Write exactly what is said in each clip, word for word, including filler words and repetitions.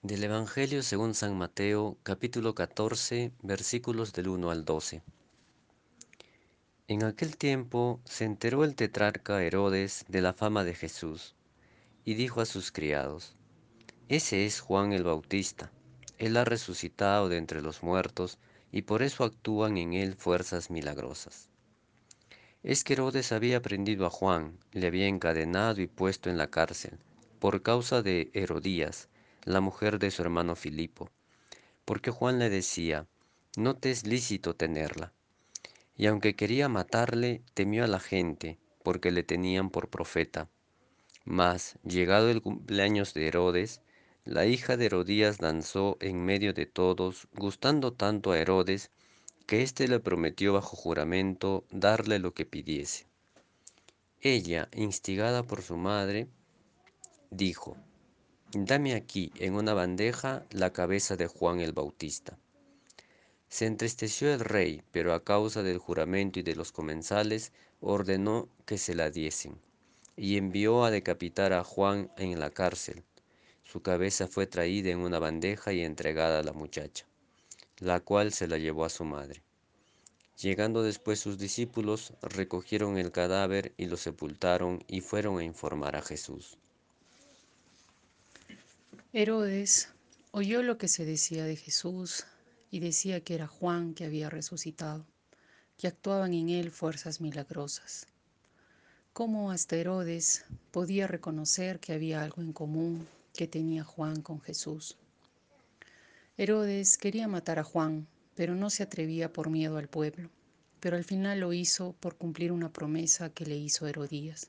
Del Evangelio según San Mateo, capítulo catorce, versículos del uno al doce. En aquel tiempo se enteró el tetrarca Herodes de la fama de Jesús, y dijo a sus criados: Ese es Juan el Bautista. Él ha resucitado de entre los muertos, y por eso actúan en él fuerzas milagrosas. Es que Herodes había prendido a Juan, le había encadenado y puesto en la cárcel, por causa de Herodías, la mujer de su hermano Filipo, porque Juan le decía: No te es lícito tenerla. Y aunque quería matarle, temió a la gente, porque le tenían por profeta. Mas, llegado el cumpleaños de Herodes, la hija de Herodías danzó en medio de todos, gustando tanto a Herodes, que éste le prometió bajo juramento darle lo que pidiese. Ella, instigada por su madre, dijo: Dame aquí en una bandeja la cabeza de Juan el Bautista. Se entristeció el rey, pero a causa del juramento y de los comensales, ordenó que se la diesen, y envió a decapitar a Juan en la cárcel. Su cabeza fue traída en una bandeja y entregada a la muchacha, la cual se la llevó a su madre. Llegando después sus discípulos, recogieron el cadáver y lo sepultaron y fueron a informar a Jesús. Herodes oyó lo que se decía de Jesús y decía que era Juan que había resucitado, que actuaban en él fuerzas milagrosas. ¿Cómo hasta Herodes podía reconocer que había algo en común que tenía Juan con Jesús? Herodes quería matar a Juan, pero no se atrevía por miedo al pueblo, pero al final lo hizo por cumplir una promesa que le hizo Herodías.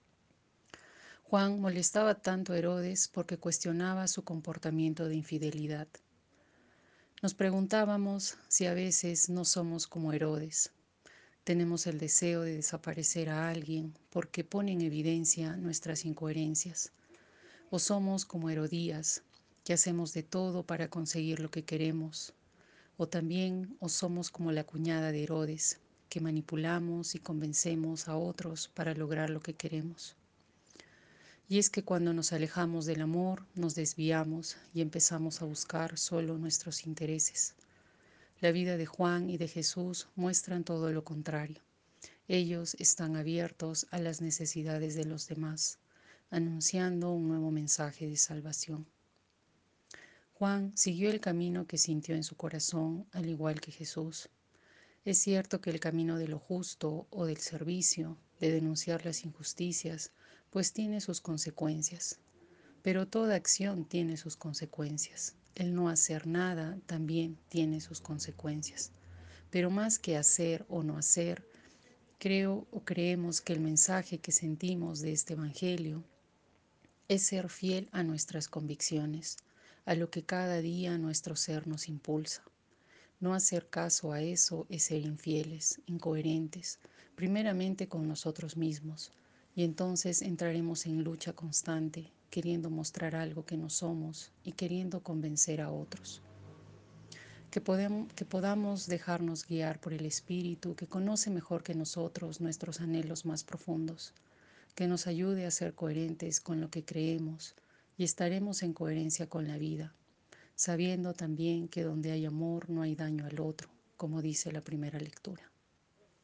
Juan molestaba tanto a Herodes porque cuestionaba su comportamiento de infidelidad. Nos preguntábamos si a veces no somos como Herodes. Tenemos el deseo de desaparecer a alguien porque pone en evidencia nuestras incoherencias. O somos como Herodías, que hacemos de todo para conseguir lo que queremos. O también o somos como la cuñada de Herodes, que manipulamos y convencemos a otros para lograr lo que queremos. Y es que cuando nos alejamos del amor, nos desviamos y empezamos a buscar solo nuestros intereses. La vida de Juan y de Jesús muestran todo lo contrario. Ellos están abiertos a las necesidades de los demás, anunciando un nuevo mensaje de salvación. Juan siguió el camino que sintió en su corazón, al igual que Jesús. Es cierto que el camino de lo justo o del servicio, de denunciar las injusticias, pues tiene sus consecuencias. Pero toda acción tiene sus consecuencias. El no hacer nada también tiene sus consecuencias. Pero más que hacer o no hacer, creo o creemos que el mensaje que sentimos de este Evangelio es ser fiel a nuestras convicciones, a lo que cada día nuestro ser nos impulsa. No hacer caso a eso es ser infieles, incoherentes, primeramente con nosotros mismos, y entonces entraremos en lucha constante, queriendo mostrar algo que no somos y queriendo convencer a otros. Que, podemos, que podamos dejarnos guiar por el Espíritu que conoce mejor que nosotros nuestros anhelos más profundos, que nos ayude a ser coherentes con lo que creemos y estaremos en coherencia con la vida, sabiendo también que donde hay amor no hay daño al otro, como dice la primera lectura.